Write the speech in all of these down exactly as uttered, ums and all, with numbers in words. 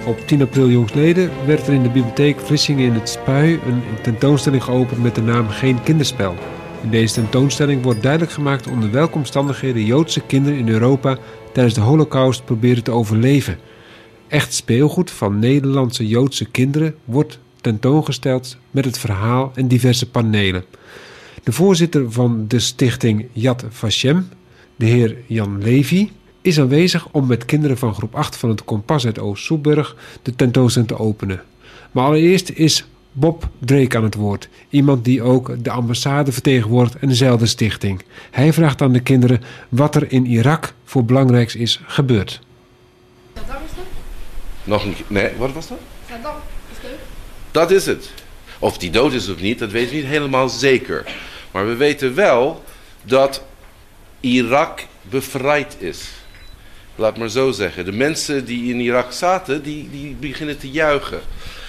Op tien april jongstleden werd er in de bibliotheek Vlissingen in het Spui een tentoonstelling geopend met de naam Geen Kinderspel. In deze tentoonstelling wordt duidelijk gemaakt onder welke omstandigheden Joodse kinderen in Europa tijdens de Holocaust proberen te overleven. Echt speelgoed van Nederlandse Joodse kinderen wordt tentoongesteld met het verhaal en diverse panelen. De voorzitter van de stichting Yad Vashem, de heer Jan Levy, is aanwezig om met kinderen van groep acht van het Kompas uit Oost-Soeburg de tentoonstelling te openen. Maar allereerst is Bob Drake aan het woord, iemand die ook de ambassade vertegenwoordigt en dezelfde stichting. Hij vraagt aan de kinderen wat er in Irak voor belangrijks is gebeurd. Saddam is dat? Nog een keer. Nee, wat was dat? Saddam is dood. Dat is het. Of die dood is of niet, dat weten we niet helemaal zeker. Maar we weten wel dat Irak bevrijd is. Laat maar zo zeggen. De mensen die in Irak zaten, die, die beginnen te juichen.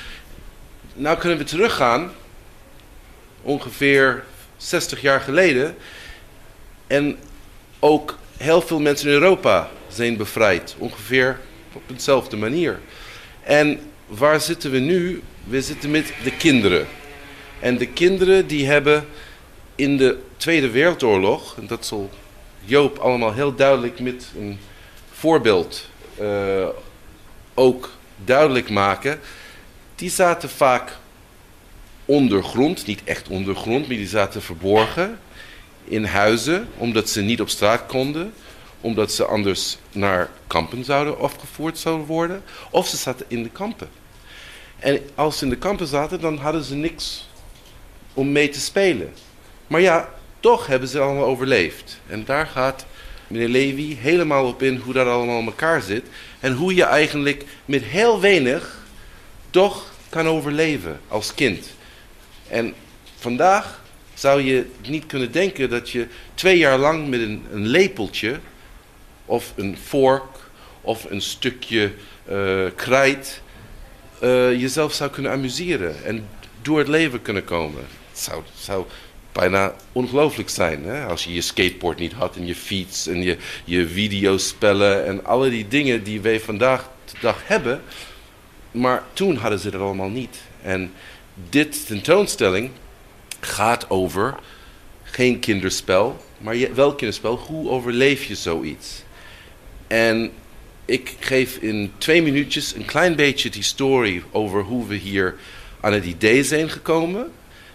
Nou kunnen we teruggaan, ongeveer zestig jaar geleden. En ook heel veel mensen in Europa zijn bevrijd. Ongeveer op dezelfde manier. En waar zitten we nu? We zitten met de kinderen. En de kinderen die hebben in de Tweede Wereldoorlog, en dat zal Joop allemaal heel duidelijk met een voorbeeld uh, ook duidelijk maken. Die zaten vaak ondergrond, niet echt ondergrond, maar die zaten verborgen in huizen, omdat ze niet op straat konden, omdat ze anders naar kampen zouden afgevoerd zouden worden, of ze zaten in de kampen. En als ze in de kampen zaten, dan hadden ze niks om mee te spelen. Maar ja, toch hebben ze allemaal overleefd. En daar gaat meneer Levy helemaal op in hoe dat allemaal in elkaar zit. En hoe je eigenlijk met heel weinig toch kan overleven als kind. En vandaag zou je niet kunnen denken dat je twee jaar lang met een, een lepeltje of een vork of een stukje uh, krijt uh, jezelf zou kunnen amuseren en door het leven kunnen komen. Het zou, zou bijna ongelooflijk zijn, hè? Als je je skateboard niet had en je fiets en je, je videospellen en alle die dingen die wij vandaag de dag hebben. Maar toen hadden ze dat allemaal niet. En dit tentoonstelling gaat over geen kinderspel, maar wel kinderspel. Hoe overleef je zoiets? En ik geef in twee minuutjes een klein beetje de historie over hoe we hier aan het idee zijn gekomen.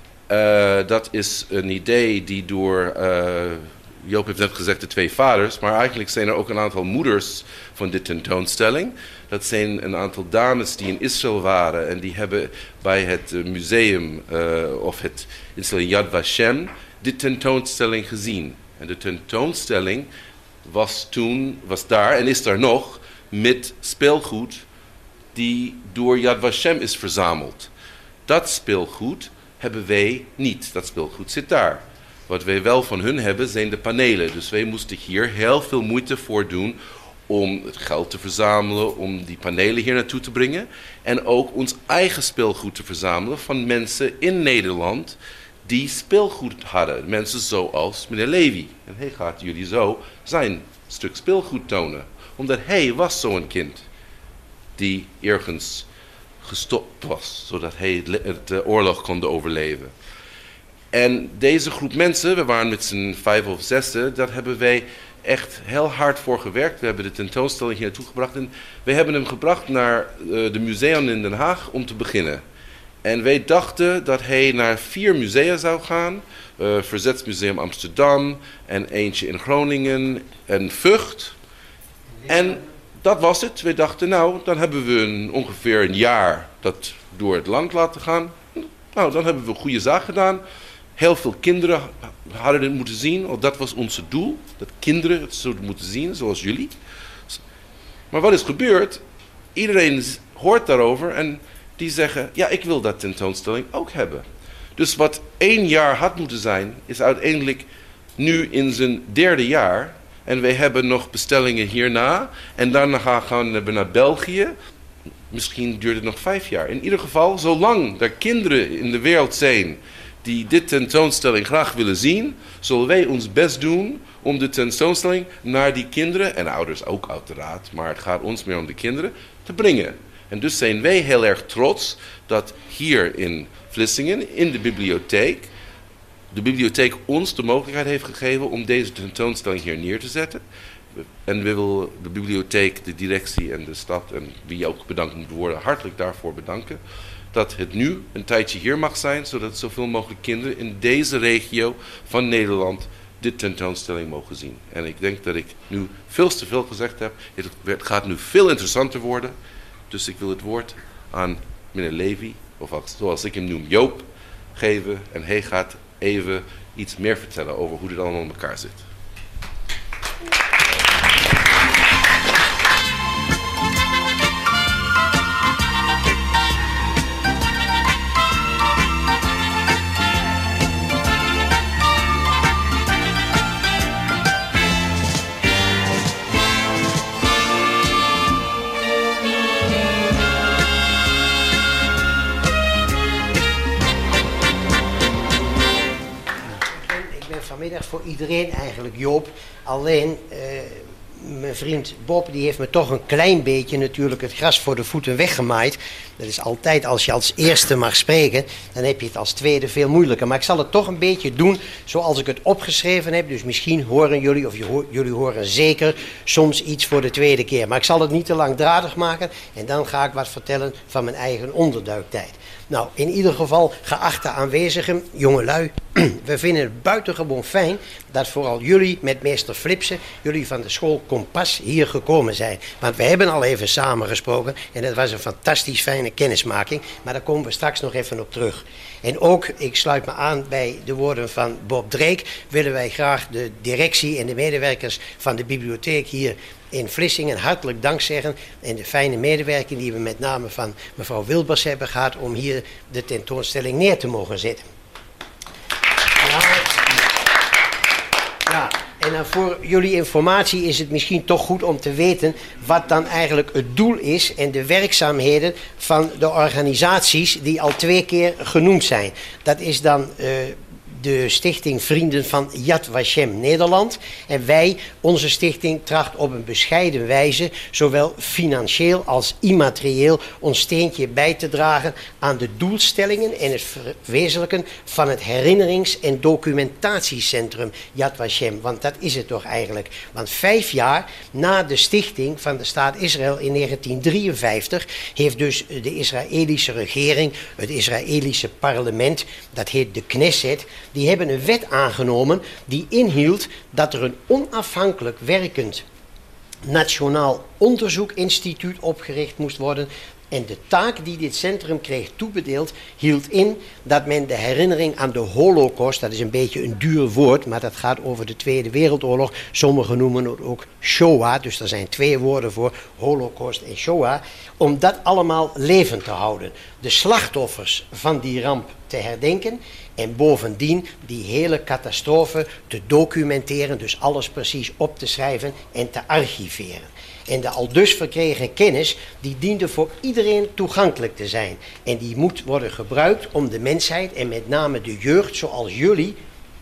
Uh, dat is een idee die door, uh, Joop heeft net gezegd de twee vaders, maar eigenlijk zijn er ook een aantal moeders van dit tentoonstelling. Dat zijn een aantal dames die in Israël waren en die hebben bij het museum uh, of het instelling Yad Vashem dit tentoonstelling gezien. En de tentoonstelling was toen, was daar en is daar nog met speelgoed die door Yad Vashem is verzameld. Dat speelgoed hebben wij niet. Dat speelgoed zit daar. Wat wij wel van hun hebben zijn de panelen. Dus wij moesten hier heel veel moeite voor doen om het geld te verzamelen, om die panelen hier naartoe te brengen. En ook ons eigen speelgoed te verzamelen van mensen in Nederland die speelgoed hadden. Mensen zoals meneer Levy. En hij gaat jullie zo zijn stuk speelgoed tonen. Omdat hij was zo'n kind die ergens gestopt was, zodat hij de oorlog kon overleven. En deze groep mensen, we waren met z'n vijf of zessen, daar hebben wij echt heel hard voor gewerkt. We hebben de tentoonstelling hier naartoe gebracht en we hebben hem gebracht naar uh, de museum in Den Haag om te beginnen. En wij dachten dat hij naar vier musea zou gaan. Uh, Verzetsmuseum Amsterdam en eentje in Groningen en Vught. En dat was het. We dachten, nou, dan hebben we een, ongeveer een jaar dat door het land laten gaan. Nou, dan hebben we een goede zaak gedaan. Heel veel kinderen hadden het moeten zien. Want dat was ons doel. Dat kinderen het zouden moeten zien, zoals jullie. Maar wat is gebeurd? Iedereen hoort daarover en die zeggen, ja, ik wil dat tentoonstelling ook hebben. Dus wat één jaar had moeten zijn, is uiteindelijk nu in zijn derde jaar. En wij hebben nog bestellingen hierna. En daarna gaan we naar België. Misschien duurt het nog vijf jaar. In ieder geval, zolang er kinderen in de wereld zijn die dit tentoonstelling graag willen zien, zullen wij ons best doen om de tentoonstelling naar die kinderen, en ouders ook uiteraard, maar het gaat ons meer om de kinderen, te brengen. En dus zijn wij heel erg trots dat hier in Vlissingen, in de bibliotheek, de bibliotheek ons de mogelijkheid heeft gegeven om deze tentoonstelling hier neer te zetten. En we willen de bibliotheek, de directie en de stad, en wie ook bedankt moet worden, hartelijk daarvoor bedanken. Dat het nu een tijdje hier mag zijn, zodat zoveel mogelijk kinderen in deze regio van Nederland dit tentoonstelling mogen zien. En ik denk dat ik nu veel te veel gezegd heb. Het gaat nu veel interessanter worden. Dus ik wil het woord aan meneer Levy, of zoals ik hem noem, Joop, geven. En hij gaat even iets meer vertellen over hoe dit allemaal in elkaar zit. Vanmiddag voor iedereen eigenlijk, Joop. Alleen, uh, mijn vriend Bob die heeft me toch een klein beetje natuurlijk het gras voor de voeten weggemaaid. Dat is altijd, als je als eerste mag spreken, dan heb je het als tweede veel moeilijker. Maar ik zal het toch een beetje doen zoals ik het opgeschreven heb. Dus misschien horen jullie, of je ho- jullie horen zeker soms iets voor de tweede keer. Maar ik zal het niet te langdradig maken en dan ga ik wat vertellen van mijn eigen onderduiktijd. Nou, in ieder geval, geachte aanwezigen, jongelui, we vinden het buitengewoon fijn dat vooral jullie met meester Flipsen, jullie van de school Kompas, hier gekomen zijn. Want we hebben al even samengesproken en dat was een fantastisch fijne kennismaking, maar daar komen we straks nog even op terug. En ook, ik sluit me aan bij de woorden van Bob Dreek, willen wij graag de directie en de medewerkers van de bibliotheek hier in Vlissingen hartelijk dank zeggen. En de fijne medewerking die we met name van mevrouw Wilbers hebben gehad om hier de tentoonstelling neer te mogen zetten. Ja, ja. En dan voor jullie informatie is het misschien toch goed om te weten wat dan eigenlijk het doel is en de werkzaamheden van de organisaties die al twee keer genoemd zijn. Dat is dan Uh, de stichting Vrienden van Yad Vashem Nederland. En wij, onze stichting, tracht op een bescheiden wijze, zowel financieel als immaterieel, ons steentje bij te dragen aan de doelstellingen en het verwezenlijken van het herinnerings- en documentatiecentrum Yad Vashem. Want dat is het toch eigenlijk. Want vijf jaar na de stichting van de staat Israël in negentien drieënvijftig heeft dus de Israëlische regering, het Israëlische parlement, dat heet de Knesset, die hebben een wet aangenomen die inhield dat er een onafhankelijk werkend nationaal onderzoekinstituut opgericht moest worden. En de taak die dit centrum kreeg toebedeeld hield in dat men de herinnering aan de Holocaust, dat is een beetje een duur woord, maar dat gaat over de Tweede Wereldoorlog. Sommigen noemen het ook Shoah, dus er zijn twee woorden voor, Holocaust en Shoah, om dat allemaal levend te houden. De slachtoffers van die ramp te herdenken en bovendien die hele catastrofe te documenteren, dus alles precies op te schrijven en te archiveren. En de aldus verkregen kennis, die diende voor iedereen toegankelijk te zijn. En die moet worden gebruikt om de mensheid en met name de jeugd zoals jullie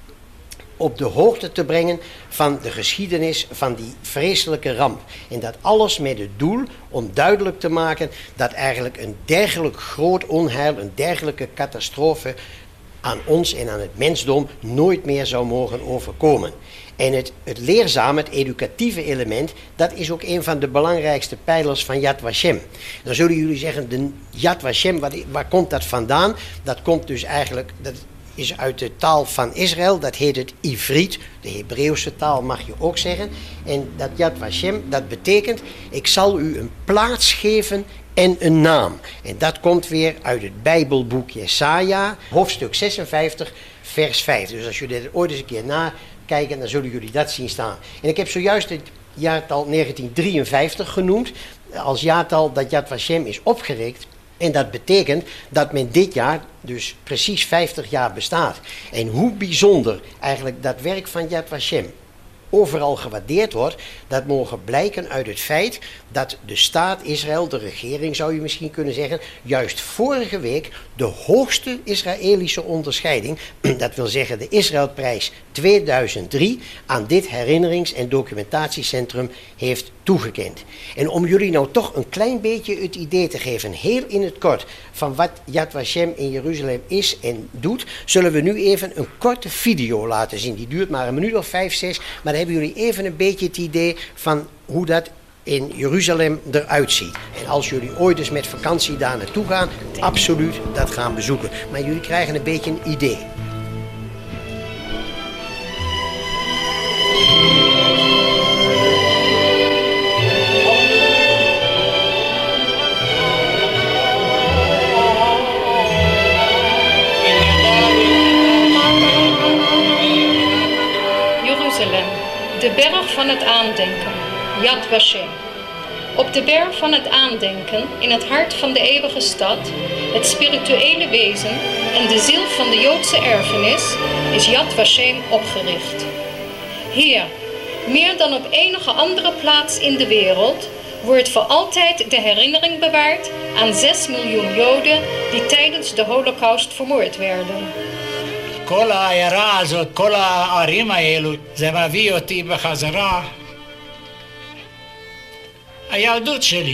op de hoogte te brengen van de geschiedenis van die vreselijke ramp. En dat alles met het doel om duidelijk te maken dat eigenlijk een dergelijk groot onheil, een dergelijke catastrofe aan ons en aan het mensdom nooit meer zou mogen overkomen. En het, het leerzame, het educatieve element, dat is ook een van de belangrijkste pijlers van Yad Vashem. Dan zullen jullie zeggen, de Yad Vashem, waar, waar komt dat vandaan? Dat komt dus eigenlijk, dat is uit de taal van Israël, dat heet het Ivriet, de Hebreeuwse taal mag je ook zeggen. En dat Yad Vashem, dat betekent, ik zal u een plaats geven en een naam. En dat komt weer uit het Bijbelboek Jesaja, hoofdstuk zesenvijftig, vers vijf. Dus als jullie dit ooit eens een keer nakijken, dan zullen jullie dat zien staan. En ik heb zojuist het jaartal negentien drieënvijftig genoemd, als jaartal dat Yad Vashem is opgericht. En dat betekent dat men dit jaar dus precies vijftig jaar bestaat. En hoe bijzonder eigenlijk dat werk van Yad Vashem overal gewaardeerd wordt, dat mogen blijken uit het feit dat de staat Israël, de regering zou je misschien kunnen zeggen, juist vorige week de hoogste Israëlische onderscheiding, dat wil zeggen de Israëlprijs tweeduizend drie, aan dit herinnerings- en documentatiecentrum heeft toegekend. En om jullie nou toch een klein beetje het idee te geven, heel in het kort, van wat Yad Vashem in Jeruzalem is en doet, zullen we nu even een korte video laten zien. Die duurt maar een minuut of vijf, zes, maar dan hebben jullie even een beetje het idee van hoe dat in Jeruzalem eruit ziet. En als jullie ooit eens met vakantie daar naartoe gaan, absoluut dat gaan bezoeken. Maar jullie krijgen een beetje een idee. Jeruzalem, de berg van het aandenken. Yad Vashem. Op de berg van het aandenken, in het hart van de eeuwige stad, het spirituele wezen en de ziel van de Joodse erfenis, is Yad Vashem opgericht. Hier, meer dan op enige andere plaats in de wereld, wordt voor altijd de herinnering bewaard aan zes miljoen Joden die tijdens de Holocaust vermoord werden. כל העיירה הזאת, כל הערים האלו, זה מביא אותי בחזרה. היהדות שלי.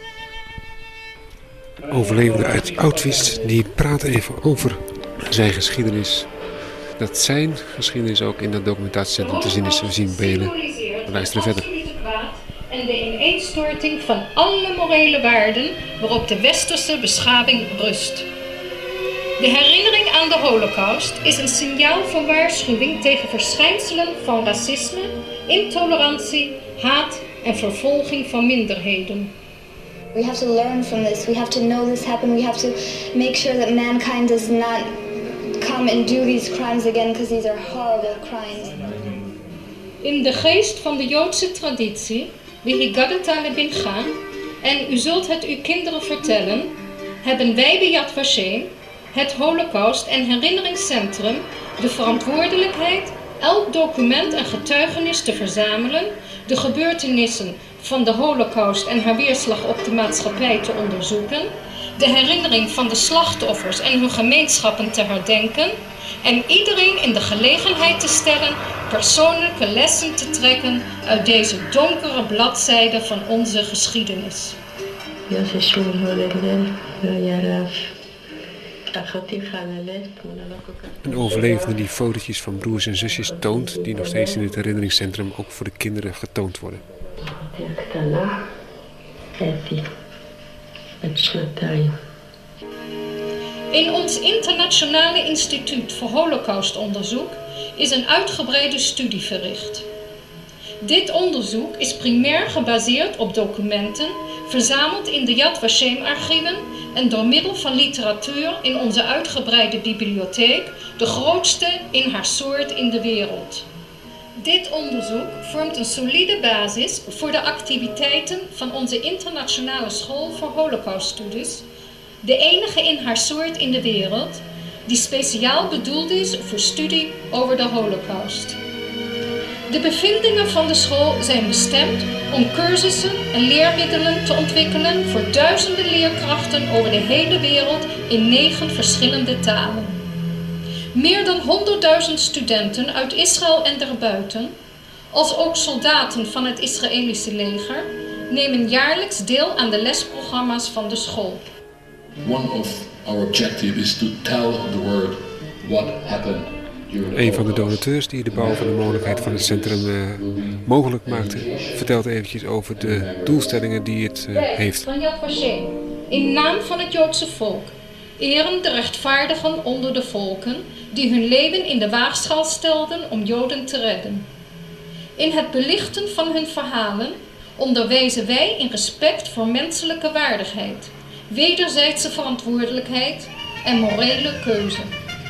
Overlevenden uit Auschwitz die praten even over zijn geschiedenis. Dat zijn geschiedenis ook in dat documentatiecentrum te zien is. We zien beelden. We luisteren verder. En de ineenstorting van alle morele waarden waarop de westerse beschaving rust. De herinnering aan de Holocaust is een signaal van waarschuwing tegen verschijnselen van racisme, intolerantie, haat en vervolging van minderheden. We have to learn from this. We have to know this happened. We have to make sure that mankind does not come and do these crimes again, because these are horrible crimes. In de geest van de Joodse traditie, V'higadat lebincha, en u zult het uw kinderen vertellen, hebben wij bij Yad Vashem, het Holocaust- en herinneringscentrum, de verantwoordelijkheid elk document en getuigenis te verzamelen, de gebeurtenissen van de Holocaust en haar weerslag op de maatschappij te onderzoeken, de herinnering van de slachtoffers en hun gemeenschappen te herdenken en iedereen in de gelegenheid te stellen persoonlijke lessen te trekken uit deze donkere bladzijde van onze geschiedenis. Een overlevende die fotootjes van broers en zusjes toont, die nog steeds in het herinneringscentrum ook voor de kinderen getoond worden. In ons Internationale Instituut voor Holocaustonderzoek is een uitgebreide studie verricht. Dit onderzoek is primair gebaseerd op documenten verzameld in de Yad Vashem-archieven en door middel van literatuur in onze uitgebreide bibliotheek, de grootste in haar soort in de wereld. Dit onderzoek vormt een solide basis voor de activiteiten van onze internationale school voor Holocauststudies, de enige in haar soort in de wereld, die speciaal bedoeld is voor studie over de Holocaust. De bevindingen van de school zijn bestemd om cursussen en leermiddelen te ontwikkelen voor duizenden leerkrachten over de hele wereld in negen verschillende talen. Meer dan honderdduizend studenten uit Israël en daarbuiten, als ook soldaten van het Israëlische leger, nemen jaarlijks deel aan de lesprogramma's van de school. One of our objectives is to tell the world what happened. Een van de donateurs die de bouw van de mogelijkheid van het centrum uh, mogelijk maakte, vertelt eventjes over de doelstellingen die het uh, heeft. Van Yad Vashem, in naam van het Joodse volk, eren de rechtvaardigen onder de volken die hun leven in de waagschaal stelden om Joden te redden. In het belichten van hun verhalen onderwijzen wij in respect voor menselijke waardigheid, wederzijdse verantwoordelijkheid en morele keuze.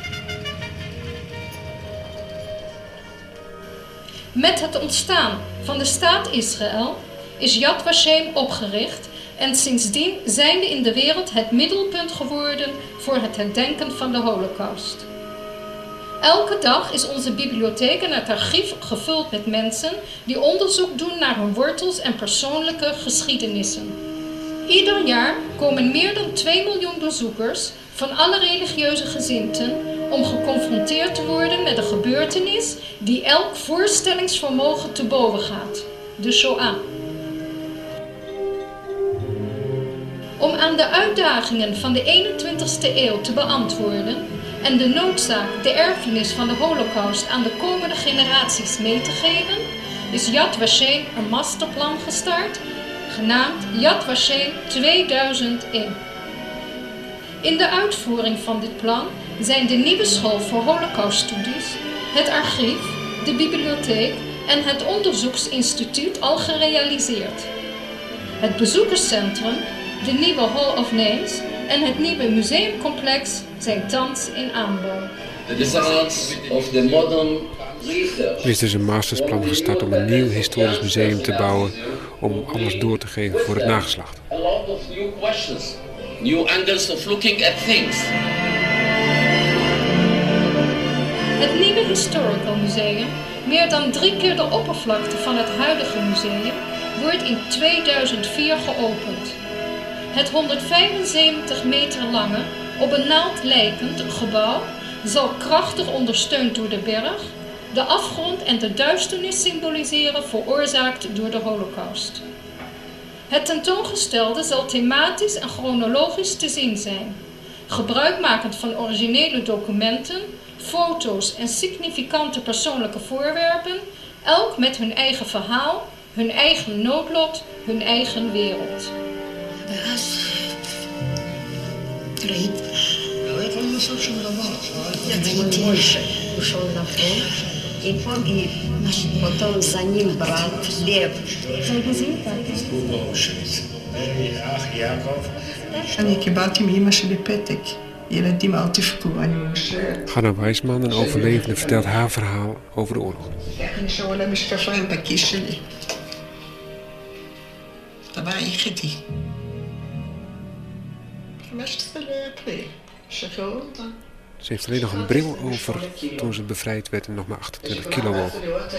Met het ontstaan van de staat Israël is Yad Vashem opgericht en sindsdien zijn we in de wereld het middelpunt geworden voor het herdenken van de Holocaust. Elke dag is onze bibliotheek en het archief gevuld met mensen die onderzoek doen naar hun wortels en persoonlijke geschiedenissen. Ieder jaar komen meer dan twee miljoen bezoekers van alle religieuze gezindten om geconfronteerd te worden met een gebeurtenis die elk voorstellingsvermogen te boven gaat, de Shoah. Om aan de uitdagingen van de eenentwintigste eeuw te beantwoorden en de noodzaak de erfenis van de Holocaust aan de komende generaties mee te geven, is Yad Vashem een masterplan gestart, genaamd Yad Vashem tweeduizend één. In de uitvoering van dit plan zijn de nieuwe school voor Holocauststudies, het archief, de bibliotheek en het onderzoeksinstituut al gerealiseerd. Het bezoekerscentrum, de nieuwe Hall of Names en het nieuwe museumcomplex zijn thans in aanbouw. The results of the modern research. Er is dus een mastersplan gestart om een nieuw historisch museum te bouwen om alles door te geven voor het nageslacht. A lot of new questions, new angles of looking at things. Het nieuwe Historical Museum, meer dan drie keer de oppervlakte van het huidige museum, wordt in tweeduizend vier geopend. Het honderdvijfenzeventig meter lange, op een naald lijkend gebouw zal krachtig ondersteund door de berg, de afgrond en de duisternis symboliseren veroorzaakt door de Holocaust. Het tentoongestelde zal thematisch en chronologisch te zien zijn, gebruikmakend van originele documenten, foto's en significante persoonlijke voorwerpen, elk met hun eigen verhaal, hun eigen noodlot, hun eigen wereld. Ушел на фронт и погиб. Потом за ним брат Лев. אני קיבלתי מאמא שלי פתק. ילדים אל תבכו, אני מאושרת. Ganna Wijsman, een overlevende, vertelt haar verhaal over de oorlog. אני שואלה משקפיים בכיס שלי. דבר היחידי. חמש עשרה לאפריל. שחררו אותה. Ze heeft alleen nog een bril over toen ze bevrijd werd en nog maar achtentwintig kilo woog.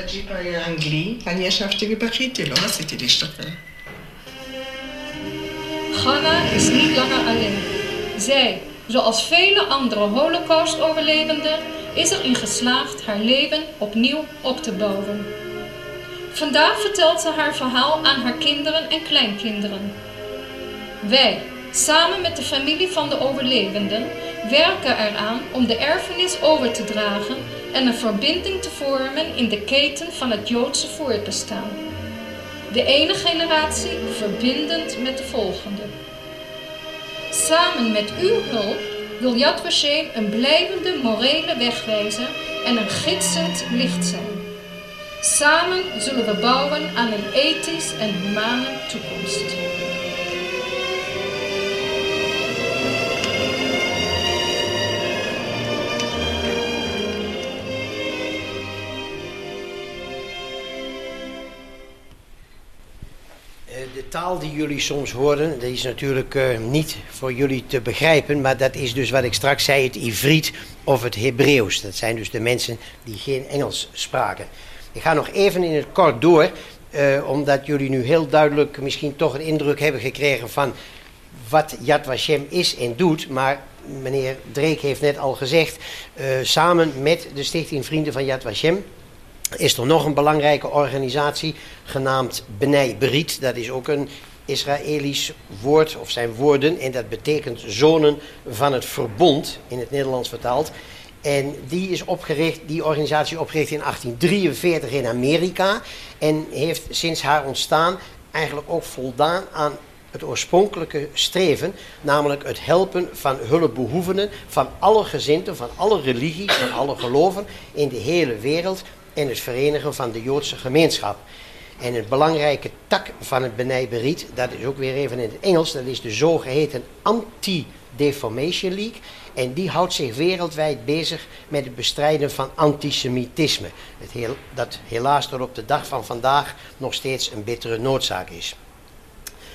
Ganna is niet langer alleen. Zij, zoals vele andere Holocaust-overlevenden, is erin geslaagd haar leven opnieuw op te bouwen. Vandaag vertelt ze haar verhaal aan haar kinderen en kleinkinderen. Wij, samen met de familie van de overlevenden, werken eraan om de erfenis over te dragen en een verbinding te vormen in de keten van het Joodse voortbestaan. De ene generatie verbindend met de volgende. Samen met uw hulp wil Yad Vashem een blijvende morele wegwijzer en een gidsend licht zijn. Samen zullen we bouwen aan een ethisch en humane toekomst. De taal die jullie soms horen, dat is natuurlijk uh, niet voor jullie te begrijpen, maar dat is dus wat ik straks zei, het Ivriet of het Hebreeuws. Dat zijn dus de mensen die geen Engels spraken. Ik ga nog even in het kort door, uh, omdat jullie nu heel duidelijk misschien toch een indruk hebben gekregen van wat Yad Vashem is en doet. Maar meneer Dreek heeft net al gezegd, uh, samen met de Stichting Vrienden van Yad Vashem is er nog een belangrijke organisatie genaamd Bnei Brit. Dat is ook een Israëlisch woord, of zijn woorden, en dat betekent zonen van het verbond, in het Nederlands vertaald. En die is opgericht, die organisatie is opgericht in achttien drieënveertig in Amerika en heeft sinds haar ontstaan eigenlijk ook voldaan aan het oorspronkelijke streven, namelijk het helpen van hulpbehoevenden van alle gezinten, van alle religies, van alle geloven in de hele wereld en het verenigen van de Joodse gemeenschap. En een belangrijke tak van het Bnei Brit, dat is ook weer even in het Engels, dat is de zogeheten Anti-Defamation League. En die houdt zich wereldwijd bezig met het bestrijden van antisemitisme. Het heel, dat helaas tot op de dag van vandaag nog steeds een bittere noodzaak is.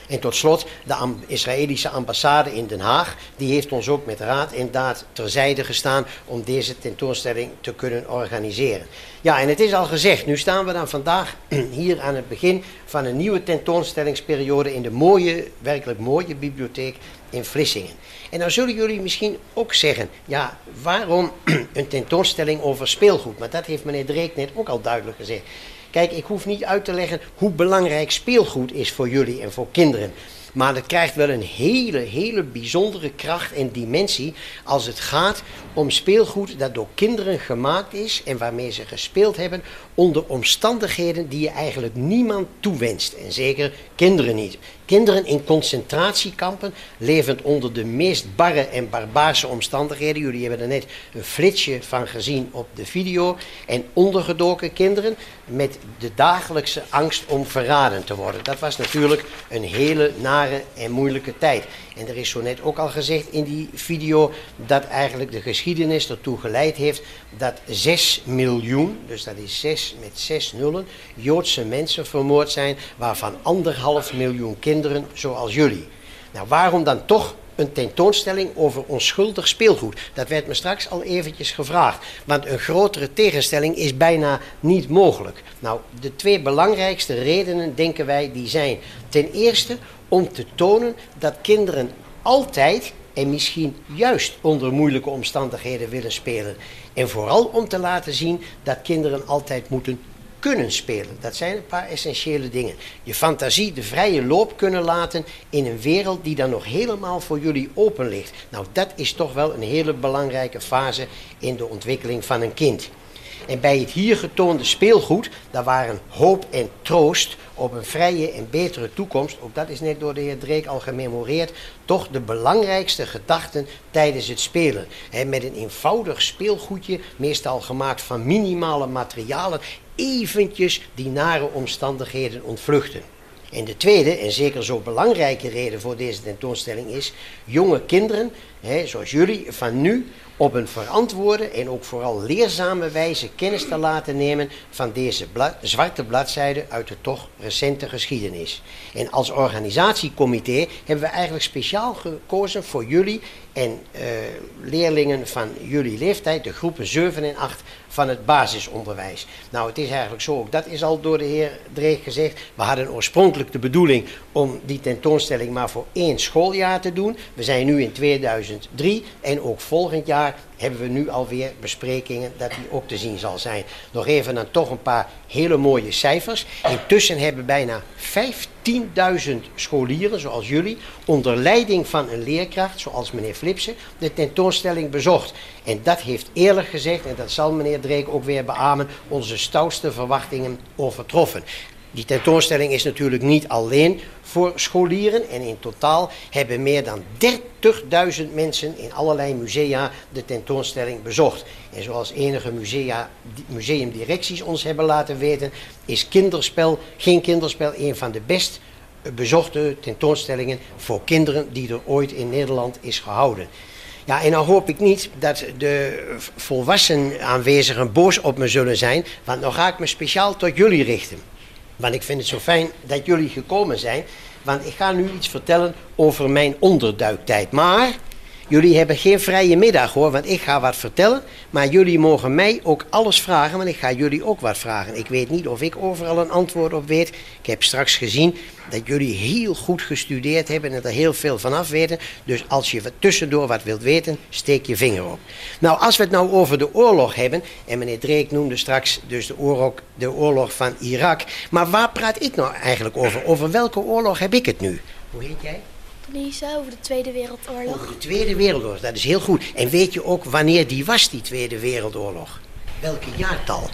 En tot slot, de am- Israëlische ambassade in Den Haag, die heeft ons ook met raad en daad terzijde gestaan om deze tentoonstelling te kunnen organiseren. Ja, en het is al gezegd, nu staan we dan vandaag hier aan het begin van een nieuwe tentoonstellingsperiode in de mooie, werkelijk mooie bibliotheek in Vlissingen. En dan zullen jullie misschien ook zeggen, ja, waarom een tentoonstelling over speelgoed? Maar dat heeft meneer Dreek net ook al duidelijk gezegd. Kijk, ik hoef niet uit te leggen hoe belangrijk speelgoed is voor jullie en voor kinderen. Maar het krijgt wel een hele, hele bijzondere kracht en dimensie als het gaat om speelgoed dat door kinderen gemaakt is en waarmee ze gespeeld hebben onder omstandigheden die je eigenlijk niemand toewenst. En zeker kinderen niet. Kinderen in concentratiekampen, levend onder de meest barre en barbaarse omstandigheden. Jullie hebben er net een flitsje van gezien op de video. En ondergedoken kinderen met de dagelijkse angst om verraden te worden. Dat was natuurlijk een hele nare en moeilijke tijd. En er is zo net ook al gezegd in die video dat eigenlijk de geschiedenis ertoe geleid heeft dat zes miljoen, dus dat is zes met zes nullen, Joodse mensen vermoord zijn, waarvan anderhalf miljoen kinderen zoals jullie. Nou, waarom dan toch een tentoonstelling over onschuldig speelgoed? Dat werd me straks al eventjes gevraagd, want een grotere tegenstelling is bijna niet mogelijk. Nou, de twee belangrijkste redenen, denken wij, die zijn ten eerste om te tonen dat kinderen altijd en misschien juist onder moeilijke omstandigheden willen spelen. En vooral om te laten zien dat kinderen altijd moeten kunnen spelen. Dat zijn een paar essentiële dingen. Je fantasie de vrije loop kunnen laten in een wereld die dan nog helemaal voor jullie open ligt. Nou, dat is toch wel een hele belangrijke fase in de ontwikkeling van een kind. En bij het hier getoonde speelgoed, daar waren hoop en troost op een vrije en betere toekomst, ook dat is net door de heer Dreek al gememoreerd, toch de belangrijkste gedachten tijdens het spelen. He, met een eenvoudig speelgoedje, meestal gemaakt van minimale materialen, eventjes die nare omstandigheden ontvluchten. En de tweede, en zeker zo belangrijke reden voor deze tentoonstelling is, jonge kinderen, he, zoals jullie, van nu op een verantwoorde en ook vooral leerzame wijze kennis te laten nemen van deze blad, zwarte bladzijde uit de toch recente geschiedenis. En als organisatiecomité hebben we eigenlijk speciaal gekozen voor jullie en uh, leerlingen van jullie leeftijd, de groepen zeven en acht van het basisonderwijs. Nou, het is eigenlijk zo, ook dat is al door de heer Dreeg gezegd, we hadden oorspronkelijk de bedoeling om die tentoonstelling maar voor één schooljaar te doen. We zijn nu in tweeduizend drie en ook volgend jaar hebben we nu alweer besprekingen dat die ook te zien zal zijn. Nog even dan toch een paar hele mooie cijfers. Intussen hebben bijna vijftienduizend scholieren, zoals jullie, onder leiding van een leerkracht, zoals meneer Flipsen, de tentoonstelling bezocht. En dat heeft eerlijk gezegd, en dat zal meneer Dreek ook weer beamen, onze stoutste verwachtingen overtroffen. Die tentoonstelling is natuurlijk niet alleen voor scholieren en in totaal hebben meer dan dertigduizend mensen in allerlei musea de tentoonstelling bezocht. En zoals enige musea, museumdirecties ons hebben laten weten, is kinderspel, geen kinderspel een van de best bezochte tentoonstellingen voor kinderen die er ooit in Nederland is gehouden. Ja, en dan hoop ik niet dat de volwassen aanwezigen boos op me zullen zijn, want dan ga ik me speciaal tot jullie richten. Want ik vind het zo fijn dat jullie gekomen zijn, want ik ga nu iets vertellen over mijn onderduiktijd. Maar jullie hebben geen vrije middag hoor, want ik ga wat vertellen, maar jullie mogen mij ook alles vragen, want ik ga jullie ook wat vragen. Ik weet niet of ik overal een antwoord op weet. Ik heb straks gezien dat jullie heel goed gestudeerd hebben en er heel veel vanaf weten. Dus als je tussendoor wat wilt weten, steek je vinger op. Nou, als we het nou over de oorlog hebben, en meneer Dreek noemde straks dus de oorlog, de oorlog van Irak. Maar waar praat ik nou eigenlijk over? Over welke oorlog heb ik het nu? Hoe heet jij? Denise, over de Tweede Wereldoorlog. Over de Tweede Wereldoorlog, dat is heel goed. En weet je ook wanneer die was, die Tweede Wereldoorlog? Welke jaartal?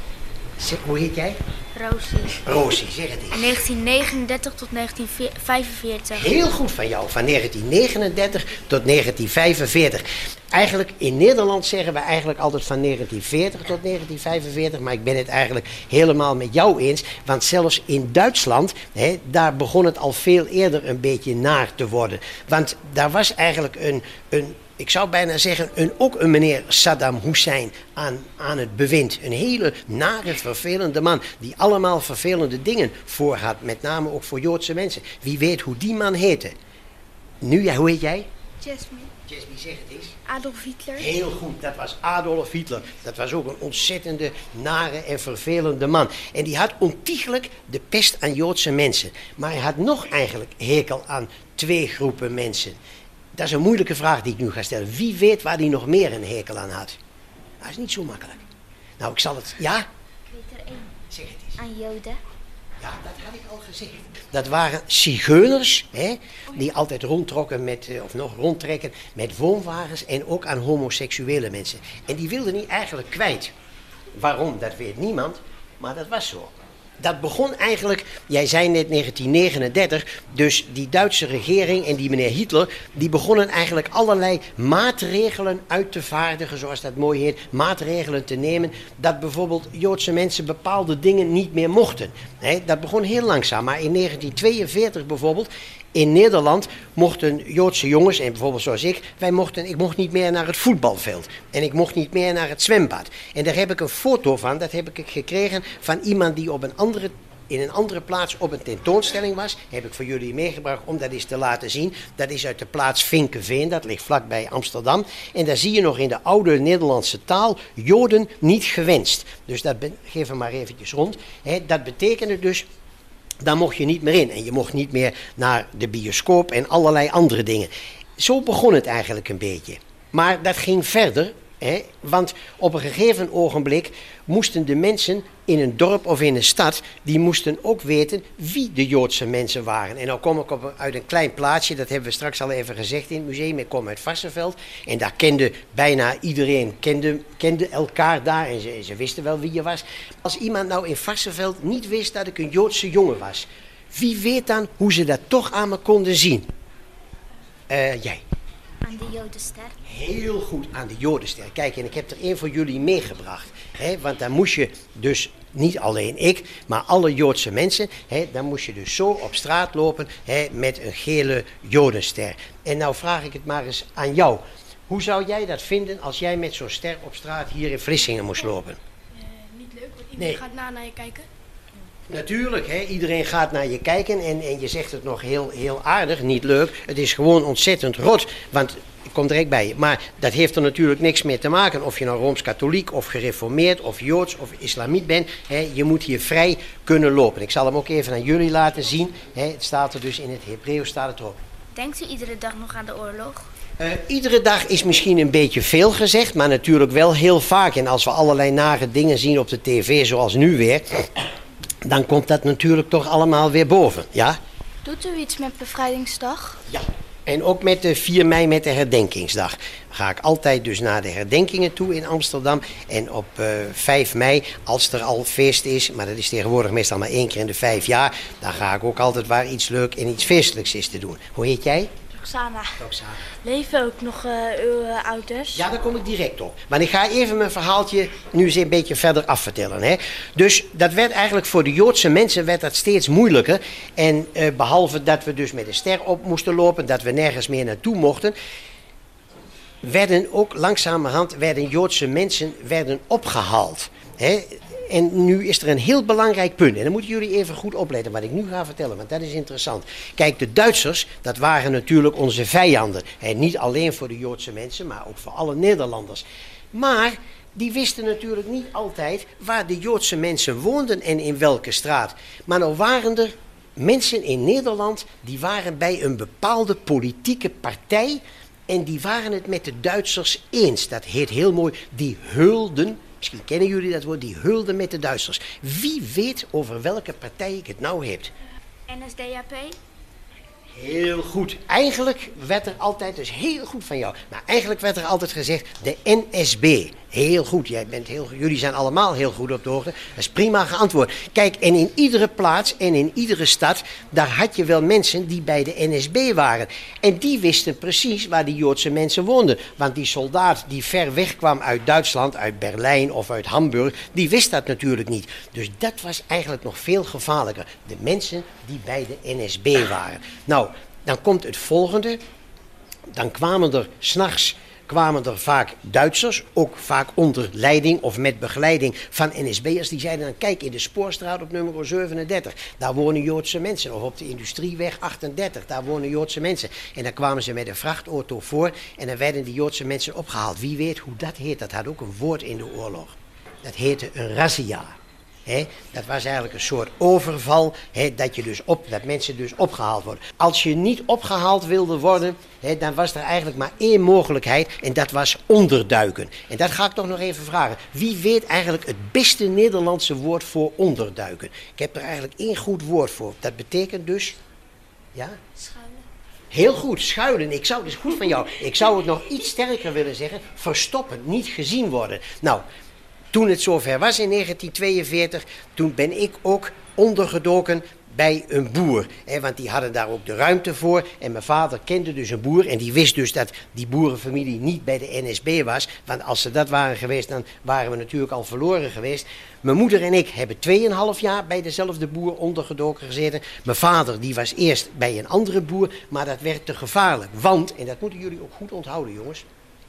Zeg, hoe heet jij? Rosie. Rosie, zeg het eens. negentien negenendertig tot negentien vijfenveertig. Heel goed van jou, van negentien negenendertig tot negentien vijfenveertig. Eigenlijk in Nederland zeggen we eigenlijk altijd van negentien veertig tot negentien vijfenveertig, maar ik ben het eigenlijk helemaal met jou eens, want zelfs in Duitsland, hè, daar begon het al veel eerder een beetje naar te worden. Want daar was eigenlijk een, een ik zou bijna zeggen, een, ook een meneer Saddam Hussein aan, aan het bewind. Een hele nare, vervelende man die allemaal vervelende dingen voor had. Met name ook voor Joodse mensen. Wie weet hoe die man heette. Nu, ja, hoe heet jij? Jasmine. Jasmine, zeg het eens. Adolf Hitler. Heel goed, dat was Adolf Hitler. Dat was ook een ontzettende, nare en vervelende man. En die had ontiegelijk de pest aan Joodse mensen. Maar hij had nog eigenlijk hekel aan twee groepen mensen. Dat is een moeilijke vraag die ik nu ga stellen. Wie weet waar hij nog meer een hekel aan had? Dat is niet zo makkelijk. Nou, ik zal het... Ja? Ik weet er één. Zeg het eens. Aan Joden. Ja, dat had ik al gezegd. Dat waren zigeuners, hè, die altijd rondtrokken met, of nog rondtrekken met woonwagens en ook aan homoseksuele mensen. En die wilden niet eigenlijk kwijt. Waarom, dat weet niemand, maar dat was zo. Dat begon eigenlijk, jij zei net negentien negenendertig, dus die Duitse regering en die meneer Hitler, die begonnen eigenlijk allerlei maatregelen uit te vaardigen, zoals dat mooi heet, maatregelen te nemen, dat bijvoorbeeld Joodse mensen bepaalde dingen niet meer mochten. He, dat begon heel langzaam, maar in negentien tweeënveertig bijvoorbeeld, in Nederland mochten Joodse jongens, en bijvoorbeeld zoals ik, wij mochten, ik mocht niet meer naar het voetbalveld. En ik mocht niet meer naar het zwembad. En daar heb ik een foto van, dat heb ik gekregen van iemand die op een andere, in een andere plaats op een tentoonstelling was. Heb ik voor jullie meegebracht om dat eens te laten zien. Dat is uit de plaats Vinkeveen, dat ligt vlakbij Amsterdam. En daar zie je nog in de oude Nederlandse taal, Joden niet gewenst. Dus dat ben, geef hem maar eventjes rond. He, dat betekende dus... Daar mocht je niet meer in en je mocht niet meer naar de bioscoop en allerlei andere dingen. Zo begon het eigenlijk een beetje. Maar dat ging verder, hè, want op een gegeven ogenblik moesten de mensen in een dorp of in een stad, die moesten ook weten wie de Joodse mensen waren. En nou kom ik op, uit een klein plaatsje, dat hebben we straks al even gezegd in het museum. Ik kom uit Varsseveld en daar kende bijna iedereen kende, kende elkaar daar en ze, ze wisten wel wie je was. Als iemand nou in Varsseveld niet wist dat ik een Joodse jongen was, wie weet dan hoe ze dat toch aan me konden zien? Uh, jij. Aan de Jodenster. Heel goed, aan de Jodenster. Kijk, en ik heb er één voor jullie meegebracht. Hè, want daar moest je dus, niet alleen ik, maar alle Joodse mensen, hè, dan moest je dus zo op straat lopen, hè, met een gele Jodenster. En nou vraag ik het maar eens aan jou. Hoe zou jij dat vinden als jij met zo'n ster op straat hier in Vlissingen moest lopen? Uh, niet leuk, want iedereen Nee. gaat na naar je kijken. Natuurlijk, hè? Iedereen gaat naar je kijken en, en je zegt het nog heel, heel aardig, niet leuk. Het is gewoon ontzettend rot, want ik kom direct bij je. Maar dat heeft er natuurlijk niks mee te maken of je nou Rooms-Katholiek of gereformeerd of Joods of islamiet bent. Hè? Je moet hier vrij kunnen lopen. Ik zal hem ook even aan jullie laten zien. Hè? Het staat er dus in het Hebreeuws, staat het erop. Denkt u iedere dag nog aan de oorlog? Uh, iedere dag is misschien een beetje veel gezegd, maar natuurlijk wel heel vaak. En als we allerlei nare dingen zien op de tv, zoals nu weer, dan komt dat natuurlijk toch allemaal weer boven, ja? Doet u iets met bevrijdingsdag? Ja. En ook met de vier mei, met de herdenkingsdag. Ga ik altijd dus naar de herdenkingen toe in Amsterdam. En op uh, vijf mei, als er al feest is, maar dat is tegenwoordig meestal maar één keer in de vijf jaar, dan ga ik ook altijd waar iets leuk en iets feestelijks is te doen. Hoe heet jij? Roxana. Roxana. Leven ook nog uh, uw uh, ouders? Ja, daar kom ik direct op. Maar ik ga even mijn verhaaltje nu eens een beetje verder afvertellen. Hè. Dus dat werd eigenlijk voor de Joodse mensen werd dat steeds moeilijker. En uh, behalve dat we dus met een ster op moesten lopen, dat we nergens meer naartoe mochten, werden ook langzamerhand werden Joodse mensen werden opgehaald. Hè. En nu is er een heel belangrijk punt. En dan moeten jullie even goed opletten wat ik nu ga vertellen, want dat is interessant. Kijk, de Duitsers, dat waren natuurlijk onze vijanden. En niet alleen voor de Joodse mensen, maar ook voor alle Nederlanders. Maar die wisten natuurlijk niet altijd waar de Joodse mensen woonden en in welke straat. Maar nou waren er mensen in Nederland die waren bij een bepaalde politieke partij en die waren het met de Duitsers eens. Dat heet heel mooi, die heulden. Misschien kennen jullie dat woord, die heulden met de Duitsers. Wie weet over welke partij ik het nou heb? N S D A P? Heel goed. Eigenlijk werd er altijd, dus heel goed van jou, maar eigenlijk werd er altijd gezegd de N S B. Heel goed, jij bent heel, jullie zijn allemaal heel goed op de hoogte. Dat is prima geantwoord. Kijk, en in iedere plaats en in iedere stad, daar had je wel mensen die bij de N S B waren. En die wisten precies waar die Joodse mensen woonden. Want die soldaat die ver weg kwam uit Duitsland, uit Berlijn of uit Hamburg, die wist dat natuurlijk niet. Dus dat was eigenlijk nog veel gevaarlijker. De mensen die bij de N S B waren. Nou, dan komt het volgende. Dan kwamen er 's nachts kwamen er vaak Duitsers, ook vaak onder leiding of met begeleiding van N S B'ers. Die zeiden dan, kijk, in de Spoorstraat op nummer zevenendertig, daar wonen Joodse mensen. Of op de Industrieweg achtendertig, daar wonen Joodse mensen. En dan kwamen ze met een vrachtauto voor en dan werden die Joodse mensen opgehaald. Wie weet hoe dat heet, dat had ook een woord in de oorlog. Dat heette een razzia. He, dat was eigenlijk een soort overval, he, dat, je dus op, dat mensen dus opgehaald worden. Als je niet opgehaald wilde worden, he, dan was er eigenlijk maar één mogelijkheid en dat was onderduiken. En dat ga ik toch nog even vragen. Wie weet eigenlijk het beste Nederlandse woord voor onderduiken? Ik heb er eigenlijk één goed woord voor. Dat betekent dus... Ja? Schuilen. Heel goed, schuilen. Ik zou, dat is goed van jou. Ik zou het nog iets sterker willen zeggen. Verstoppen, niet gezien worden. Nou... Toen het zover was in negentien tweeënveertig, toen ben ik ook ondergedoken bij een boer. Hè, want die hadden daar ook de ruimte voor. En mijn vader kende dus een boer. En die wist dus dat die boerenfamilie niet bij de N S B was. Want als ze dat waren geweest, dan waren we natuurlijk al verloren geweest. Mijn moeder en ik hebben tweeënhalf jaar bij dezelfde boer ondergedoken gezeten. Mijn vader die was eerst bij een andere boer. Maar dat werd te gevaarlijk. Want, en dat moeten jullie ook goed onthouden jongens...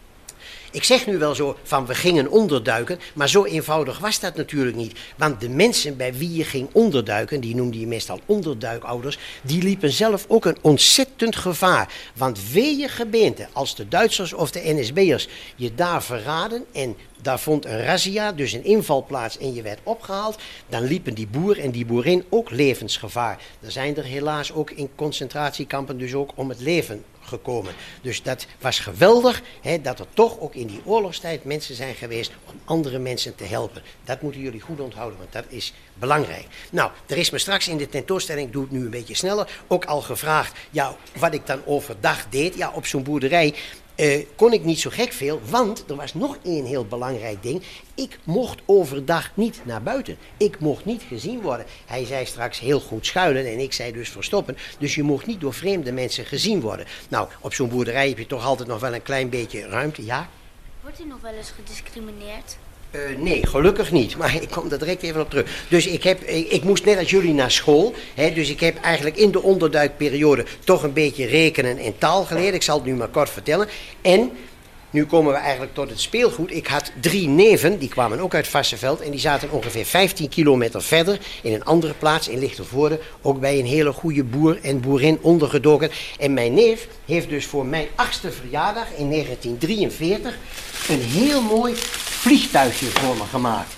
Ik zeg nu wel zo van we gingen onderduiken, maar zo eenvoudig was dat natuurlijk niet. Want de mensen bij wie je ging onderduiken, die noemde je meestal onderduikouders, die liepen zelf ook een ontzettend gevaar. Want wee gebeente, als de Duitsers of de N S B'ers je daar verraden en daar vond een razzia, dus een invalplaats en je werd opgehaald, dan liepen die boer en die boerin ook levensgevaar. Er zijn er helaas ook in concentratiekampen dus ook om het leven gekomen. Dus dat was geweldig, hè, dat er toch ook in die oorlogstijd mensen zijn geweest om andere mensen te helpen. Dat moeten jullie goed onthouden, want dat is belangrijk. Nou, er is me straks in de tentoonstelling, ik doe het nu een beetje sneller, ook al gevraagd, ja, wat ik dan overdag deed. Ja, op zo'n boerderij uh, kon ik niet zo gek veel, want er was nog één heel belangrijk ding. Ik mocht overdag niet naar buiten. Ik mocht niet gezien worden. Hij zei straks heel goed schuilen en ik zei dus verstoppen. Dus je mocht niet door vreemde mensen gezien worden. Nou, op zo'n boerderij heb je toch altijd nog wel een klein beetje ruimte, ja? Wordt u nog wel eens gediscrimineerd? Uh, nee, gelukkig niet. Maar ik kom daar direct even op terug. Dus ik, heb, ik, ik moest net als jullie naar school. Hè, dus ik heb eigenlijk in de onderduikperiode toch een beetje rekenen en taal geleerd. Ik zal het nu maar kort vertellen. En nu komen we eigenlijk tot het speelgoed. Ik had drie neven, die kwamen ook uit Varsseveld. En die zaten ongeveer vijftien kilometer verder in een andere plaats in Lichtenvoorde. Ook bij een hele goede boer en boerin ondergedoken. En mijn neef heeft dus voor mijn achtste verjaardag in negentien drieënveertig een heel mooi vliegtuigje voor me gemaakt.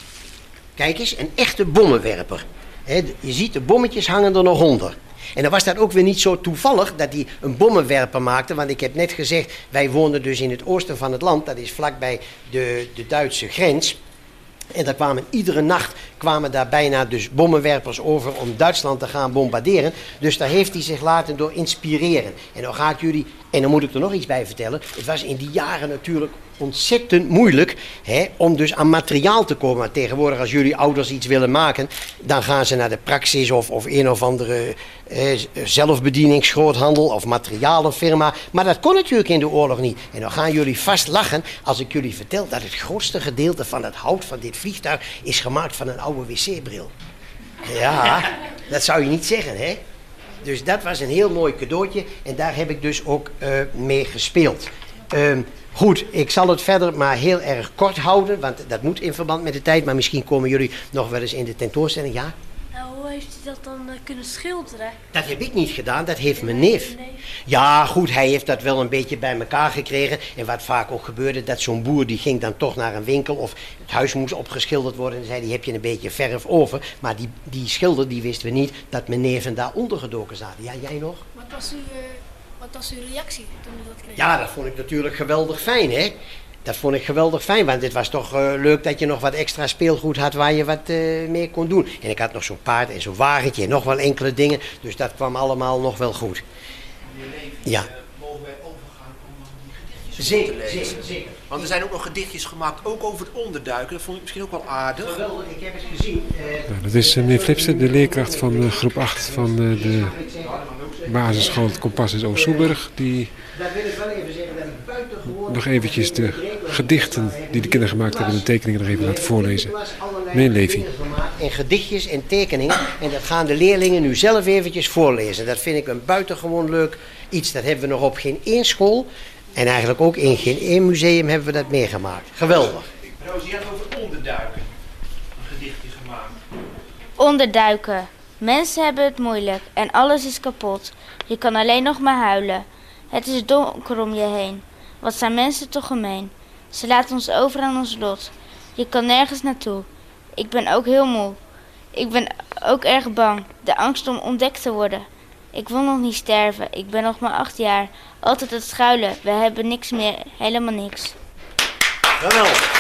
Kijk eens, een echte bommenwerper. He, je ziet de bommetjes hangen er nog onder. En dan was dat ook weer niet zo toevallig dat hij een bommenwerper maakte. Want ik heb net gezegd, wij woonden dus in het oosten van het land. Dat is vlakbij de, de Duitse grens. En daar kwamen iedere nacht kwamen daar bijna dus bommenwerpers over om Duitsland te gaan bombarderen. Dus daar heeft hij zich laten door inspireren. En dan ga ik jullie, en dan moet ik er nog iets bij vertellen. Het was in die jaren natuurlijk ontzettend moeilijk hè, om dus aan materiaal te komen. Maar tegenwoordig als jullie ouders iets willen maken, dan gaan ze naar de Praxis of, of een of andere eh, zelfbedieningsgroothandel of materialenfirma. Maar dat kon natuurlijk in de oorlog niet. En dan gaan jullie vast lachen als ik jullie vertel dat het grootste gedeelte van het hout van dit vliegtuig is gemaakt van een oude wc-bril. Ja, dat zou je niet zeggen, hè? Dus dat was een heel mooi cadeautje en daar heb ik dus ook uh, mee gespeeld. Uh, Goed, ik zal het verder maar heel erg kort houden, want dat moet in verband met de tijd. Maar misschien komen jullie nog wel eens in de tentoonstelling, ja? Nou, hoe heeft u dat dan uh, kunnen schilderen? Dat heb ik niet gedaan, dat heeft mijn neef. Ja, goed, hij heeft dat wel een beetje bij elkaar gekregen. En wat vaak ook gebeurde, dat zo'n boer die ging dan toch naar een winkel of het huis moest opgeschilderd worden. En zei hij, heb je een beetje verf over? Maar die, die schilder, die wisten we niet dat mijn neven daar ondergedoken zaten. Ja, jij nog? Wat was uw... Uh... Wat was uw reactie toen u dat kreeg? Ja, dat vond ik natuurlijk geweldig fijn, hè. Dat vond ik geweldig fijn, want het was toch uh, leuk dat je nog wat extra speelgoed had waar je wat uh, mee kon doen. En ik had nog zo'n paard en zo'n wagentje en nog wel enkele dingen, dus dat kwam allemaal nog wel goed. Ja. Mogen wij overgaan om die gedichtjes zeker, te lezen? Zeker, zeker. Want er zijn ook nog gedichtjes gemaakt, ook over het onderduiken. Dat vond ik misschien ook wel aardig. Geweldig, ik heb het gezien. Uh, nou, dat is uh, meneer Flipsen, de leerkracht van uh, groep acht van uh, de basisschool Het Kompas in Oost-Soeburg, die nog eventjes de gedichten die de kinderen gemaakt hebben, de tekeningen nog even laten voorlezen. Meneer Levy. En gedichtjes en tekeningen, en dat gaan de leerlingen nu zelf eventjes voorlezen. Dat vind ik een buitengewoon leuk iets. Dat hebben we nog op geen één school. En eigenlijk ook in geen één museum hebben we dat meegemaakt. Geweldig. Roos, je had over onderduiken een gedichtje gemaakt. Onderduiken. Mensen hebben het moeilijk en alles is kapot. Je kan alleen nog maar huilen. Het is donker om je heen. Wat zijn mensen toch gemeen. Ze laten ons over aan ons lot. Je kan nergens naartoe. Ik ben ook heel moe. Ik ben ook erg bang. De angst om ontdekt te worden. Ik wil nog niet sterven. Ik ben nog maar acht jaar. Altijd het schuilen. We hebben niks meer. Helemaal niks. Geweldig.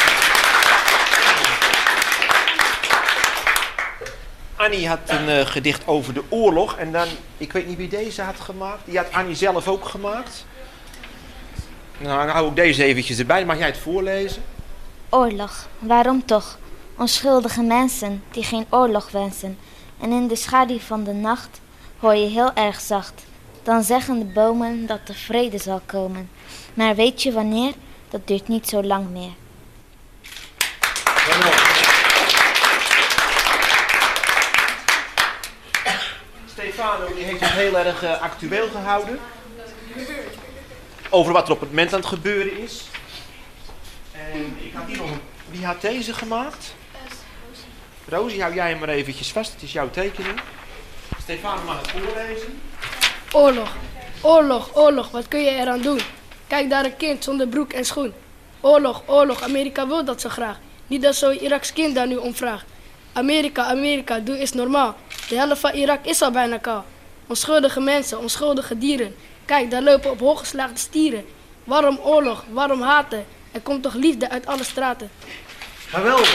Annie had een uh, gedicht over de oorlog. En dan, ik weet niet wie deze had gemaakt. Die had Annie zelf ook gemaakt. Nou, dan hou ik deze eventjes erbij. Mag jij het voorlezen? Oorlog, waarom toch? Onschuldige mensen die geen oorlog wensen. En in de schaduw van de nacht hoor je heel erg zacht. Dan zeggen de bomen dat de vrede zal komen. Maar weet je wanneer? Dat duurt niet zo lang meer. Stefano die heeft het heel erg uh, actueel gehouden. Over wat er op het moment aan het gebeuren is. En ik had hier nog een... Wie had deze gemaakt? Rosie, hou jij hem maar eventjes vast. Het is jouw tekening. Stefano mag het voorlezen. Oorlog, oorlog, oorlog, wat kun je eraan doen? Kijk daar een kind zonder broek en schoen. Oorlog, oorlog, Amerika wil dat zo graag. Niet dat zo'n Iraks kind daar nu om vraagt. Amerika, Amerika, doe eens normaal. De helft van Irak is al bijna kaal. Onschuldige mensen, onschuldige dieren. Kijk, daar lopen op hooggeslaagde stieren. Waarom oorlog, waarom haten? Er komt toch liefde uit alle straten. Geweldig.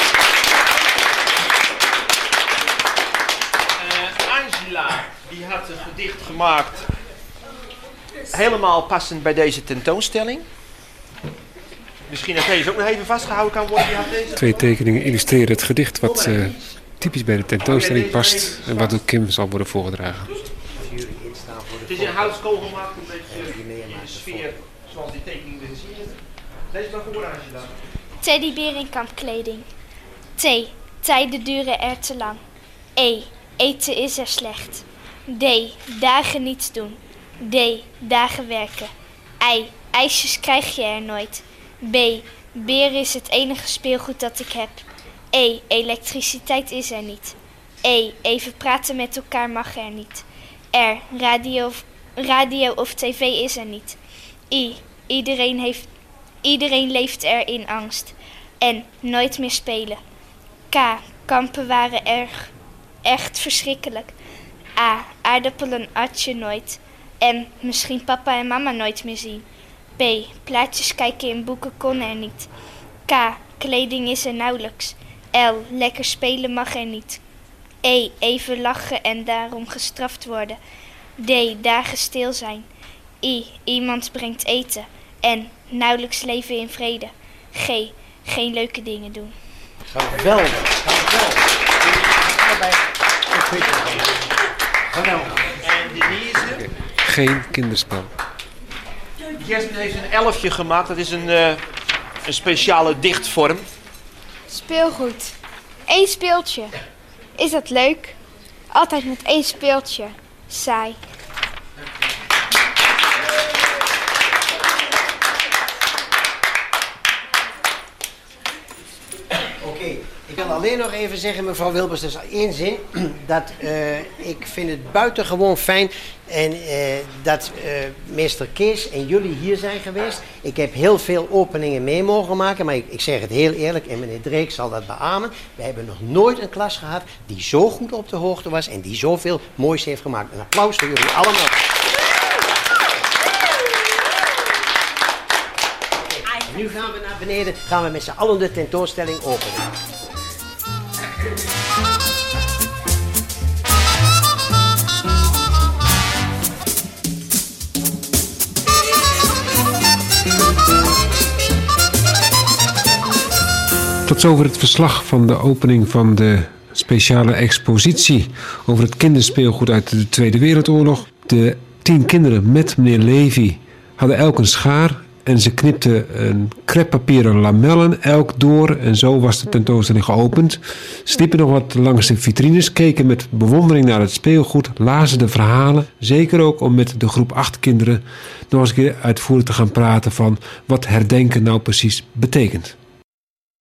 Uh, Angela, die had een gedicht gemaakt. Helemaal passend bij deze tentoonstelling. Misschien dat deze ook nog even vastgehouden kan worden. Die had deze Twee tekeningen illustreren het gedicht wat uh, typisch bij de tentoonstelling past en wat door Kim zal worden voorgedragen. Het is in houtskool gemaakt, een beetje in de sfeer zoals die tekening we zien. Lees maar voor, Angela. Teddybeer in kampkleding. T. Tijden duren er te lang. E. Eten is er slecht. D. Dagen niets doen. D. Dagen werken. I. IJsjes krijg je er nooit. B. Beer is het enige speelgoed dat ik heb. E. Elektriciteit is er niet. E. Even praten met elkaar mag er niet. R. Radio, radio of tv is er niet. I. Iedereen, heeft, iedereen leeft er in angst. N. Nooit meer spelen. K. Kampen waren erg, echt verschrikkelijk. A. Aardappelen at je nooit. M. Misschien papa en mama nooit meer zien. P. Plaatjes kijken in boeken kon er niet. K. Kleding is er nauwelijks. L. Lekker spelen mag er niet. E. Even lachen en daarom gestraft worden. D. Dagen stil zijn. I. Iemand brengt eten. N. Nauwelijks leven in vrede. G. Geen leuke dingen doen. Geweldig. Geweldig. En Denise? Geen kinderspel. Jasmin heeft een elfje gemaakt. Dat is een, uh, een speciale dichtvorm. Speelgoed. Eén speeltje. Is dat leuk? Altijd met één speeltje. Saai. Oké, okay. Ik wil alleen nog even zeggen, mevrouw Wilbers, dat is één zin. Dat uh, ik vind het buitengewoon fijn en uh, dat uh, meester Kees en jullie hier zijn geweest. Ik heb heel veel openingen mee mogen maken, maar ik, ik zeg het heel eerlijk en meneer Dreek zal dat beamen. We hebben nog nooit een klas gehad die zo goed op de hoogte was en die zoveel moois heeft gemaakt. Een applaus voor jullie allemaal. Nu gaan we naar beneden, gaan we met z'n allen de tentoonstelling openen. Tot zover het verslag van de opening van de speciale expositie over het kinderspeelgoed uit de Tweede Wereldoorlog. De tien kinderen met meneer Levy hadden elk een schaar En ze knipten een crêpepapieren lamellen elk door en zo was de tentoonstelling geopend. Ze liepen nog wat langs de vitrines, keken met bewondering naar het speelgoed, lazen de verhalen. Zeker ook om met de groep acht kinderen nog eens een keer uitvoerig te gaan praten van wat herdenken nou precies betekent.